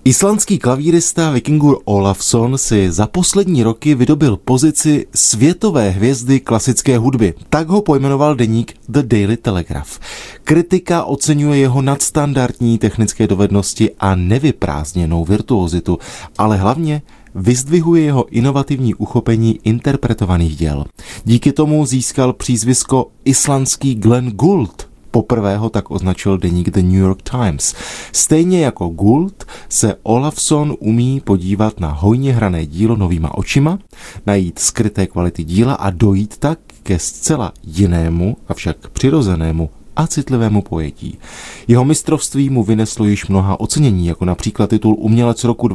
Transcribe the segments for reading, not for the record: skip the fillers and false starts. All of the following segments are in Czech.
Islandský klavírista Víkingur Ólafsson si za poslední roky vydobyl pozici světové hvězdy klasické hudby. Tak ho pojmenoval deník The Daily Telegraph. Kritika oceňuje jeho nadstandardní technické dovednosti a nevyprázdněnou virtuozitu, ale hlavně vyzdvihuje jeho inovativní uchopení interpretovaných děl. Díky tomu získal přízvisko islandský Glenn Gould. Poprvé ho tak označil deník The New York Times. Stejně jako Gould se Ólafsson umí podívat na hojně hrané dílo novýma očima, najít skryté kvality díla a dojít tak ke zcela jinému, avšak přirozenému a citlivému pojetí. Jeho mistrovství mu vyneslo již mnoha ocenění, jako například titul Umělec roku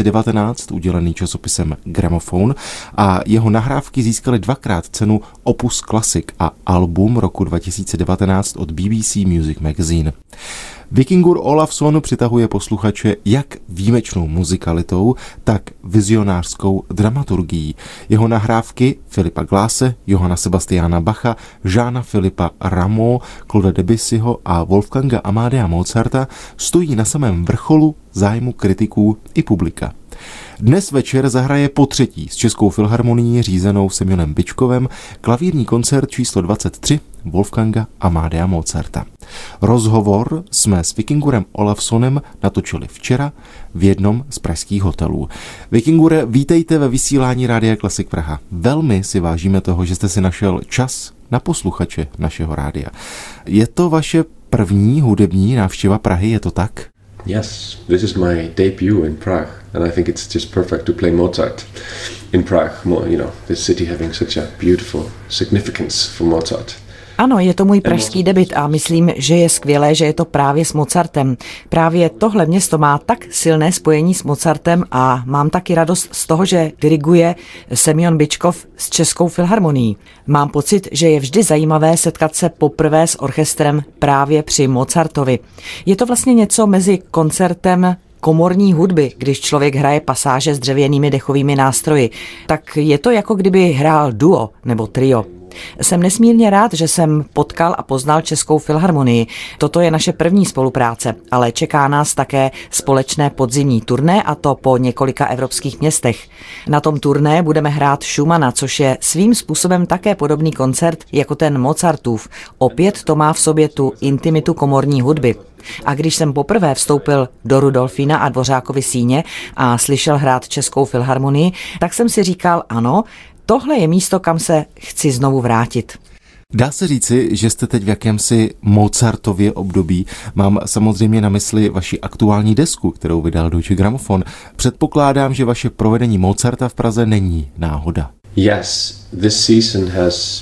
2019, udělený časopisem Gramophone, a jeho nahrávky získaly dvakrát cenu Opus Classic a album roku 2019 od BBC Music Magazine. Víkingur Ólafsson přitahuje posluchače jak výjimečnou muzikalitou, tak vizionářskou dramaturgií. Jeho nahrávky Philippa Glase, Johanna Sebastiana Bacha, Jeana Philippa Rameau, Claude Debussyho a Wolfganga Amadea Mozarta stojí na samém vrcholu zájmu kritiků i publika. Dnes večer zahraje potřetí s Českou filharmonií řízenou Semjonem Byčkovem klavírní koncert číslo 23 Wolfganga Amadea Mozarta. Rozhovor jsme s Víkingurem Ólafssonem natočili včera v jednom z pražských hotelů. Víkingure, vítejte ve vysílání Rádia Klasik Praha. Velmi si vážíme toho, že jste si našel čas na posluchače našeho rádia. Je to vaše první hudební návštěva Prahy, je to tak? Yes, this is my debut in Prague, and I think it's just perfect to play Mozart in Prague. This city having such a beautiful significance for Mozart. Ano, je to můj pražský debut a myslím, že je skvělé, že je to právě s Mozartem. Právě tohle město má tak silné spojení s Mozartem a mám taky radost z toho, že diriguje Semjon Byčkov s Českou filharmonií. Mám pocit, že je vždy zajímavé setkat se poprvé s orchestrem právě při Mozartovi. Je to vlastně něco mezi koncertem komorní hudby, když člověk hraje pasáže s dřevěnými dechovými nástroji. Tak je to jako kdyby hrál duo nebo trio. Jsem nesmírně rád, že jsem potkal a poznal Českou filharmonii. Toto je naše první spolupráce, ale čeká nás také společné podzimní turné, a to po několika evropských městech. Na tom turné budeme hrát Schumanna, což je svým způsobem také podobný koncert jako ten Mozartův. Opět to má v sobě tu intimitu komorní hudby. A když jsem poprvé vstoupil do Rudolfína a Dvořákovy síně a slyšel hrát Českou filharmonii, tak jsem si říkal, ano, tohle je místo, kam se chci znovu vrátit. Dá se říci, že jste teď v jakémsi Mozartově období. Mám samozřejmě na mysli vaši aktuální desku, kterou vydal Deutsche Grammophon. Předpokládám, že vaše provedení Mozarta v Praze není náhoda. Yes, this season has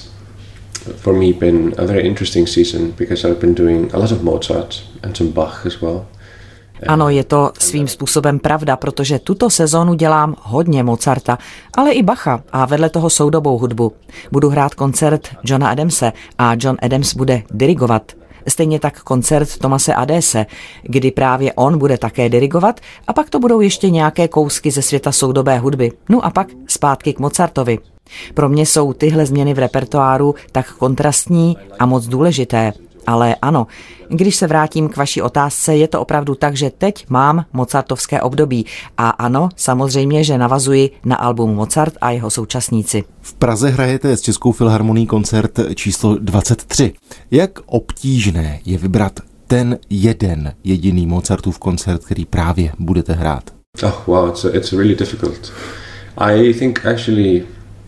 for me been a very interesting season because I've been doing a lot of Mozart and some Bach as well. Ano, je to svým způsobem pravda, protože tuto sezónu dělám hodně Mozarta, ale i Bacha a vedle toho soudobou hudbu. Budu hrát koncert Johna Adamse a John Adams bude dirigovat. Stejně tak koncert Thomase Adese, kdy právě on bude také dirigovat, a pak to budou ještě nějaké kousky ze světa soudobé hudby. No a pak zpátky k Mozartovi. Pro mě jsou tyhle změny v repertoáru tak kontrastní a moc důležité. Ale ano, když se vrátím k vaší otázce, je to opravdu tak, že teď mám mozartovské období. A ano, samozřejmě, že navazuji na album Mozart a jeho současníci. V Praze hrajete s Českou filharmonií koncert číslo 23. Jak obtížné je vybrat ten jediný Mozartův koncert, který právě budete hrát? Oh wow, it's really difficult. I think actually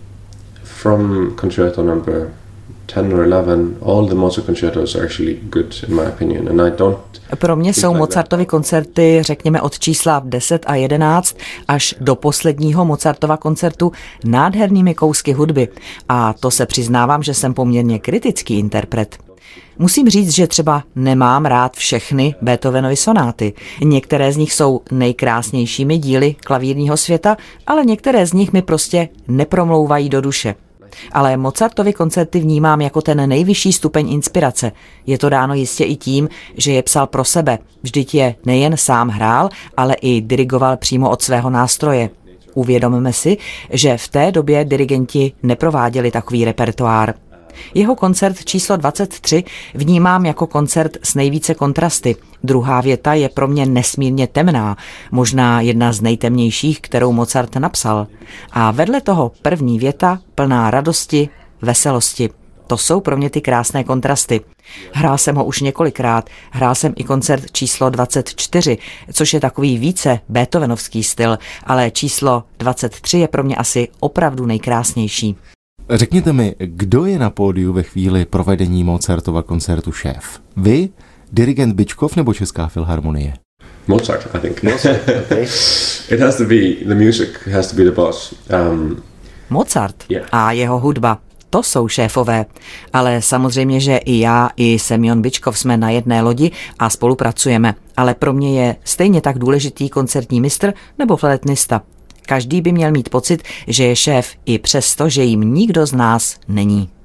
from concerto number 10 or 11, all the Mozart concertos are actually good in my opinion, and I don't. Pro mě jsou Mozartovy koncerty, řekněme od čísla 10 a 11 až do posledního Mozartova koncertu nádhernými kousky hudby. A to se přiznávám, že jsem poměrně kritický interpret. Musím říct, že třeba nemám rád všechny Beethovenovy sonáty. Některé z nich jsou nejkrásnějšími díly klavírního světa, ale některé z nich mi prostě nepromlouvají do duše. Ale Mozartovy koncerty vnímám jako ten nejvyšší stupeň inspirace. Je to dáno jistě i tím, že je psal pro sebe. Vždyť je nejen sám hrál, ale i dirigoval přímo od svého nástroje. Uvědomme si, že v té době dirigenti neprováděli takový repertoár. Jeho koncert číslo 23 vnímám jako koncert s nejvíce kontrasty. Druhá věta je pro mě nesmírně temná, možná jedna z nejtemnějších, kterou Mozart napsal. A vedle toho první věta plná radosti, veselosti. To jsou pro mě ty krásné kontrasty. Hrál jsem ho už několikrát, hrál jsem i koncert číslo 24, což je takový více beethovenovský styl, ale číslo 23 je pro mě asi opravdu nejkrásnější. Řekněte mi, kdo je na pódiu ve chvíli provedení Mozartova koncertu šéf? Vy, dirigent Byčkov nebo Česká filharmonie? Mozart, I think. Mozart, okay. It has to be, the music has to be the boss. Mozart a jeho hudba. To jsou šéfové, ale samozřejmě, že i já, i Semjon Byčkov jsme na jedné lodi a spolupracujeme, ale pro mě je stejně tak důležitý koncertní mistr nebo flétnista. Každý by měl mít pocit, že je šéf, i přesto, že jim nikdo z nás není.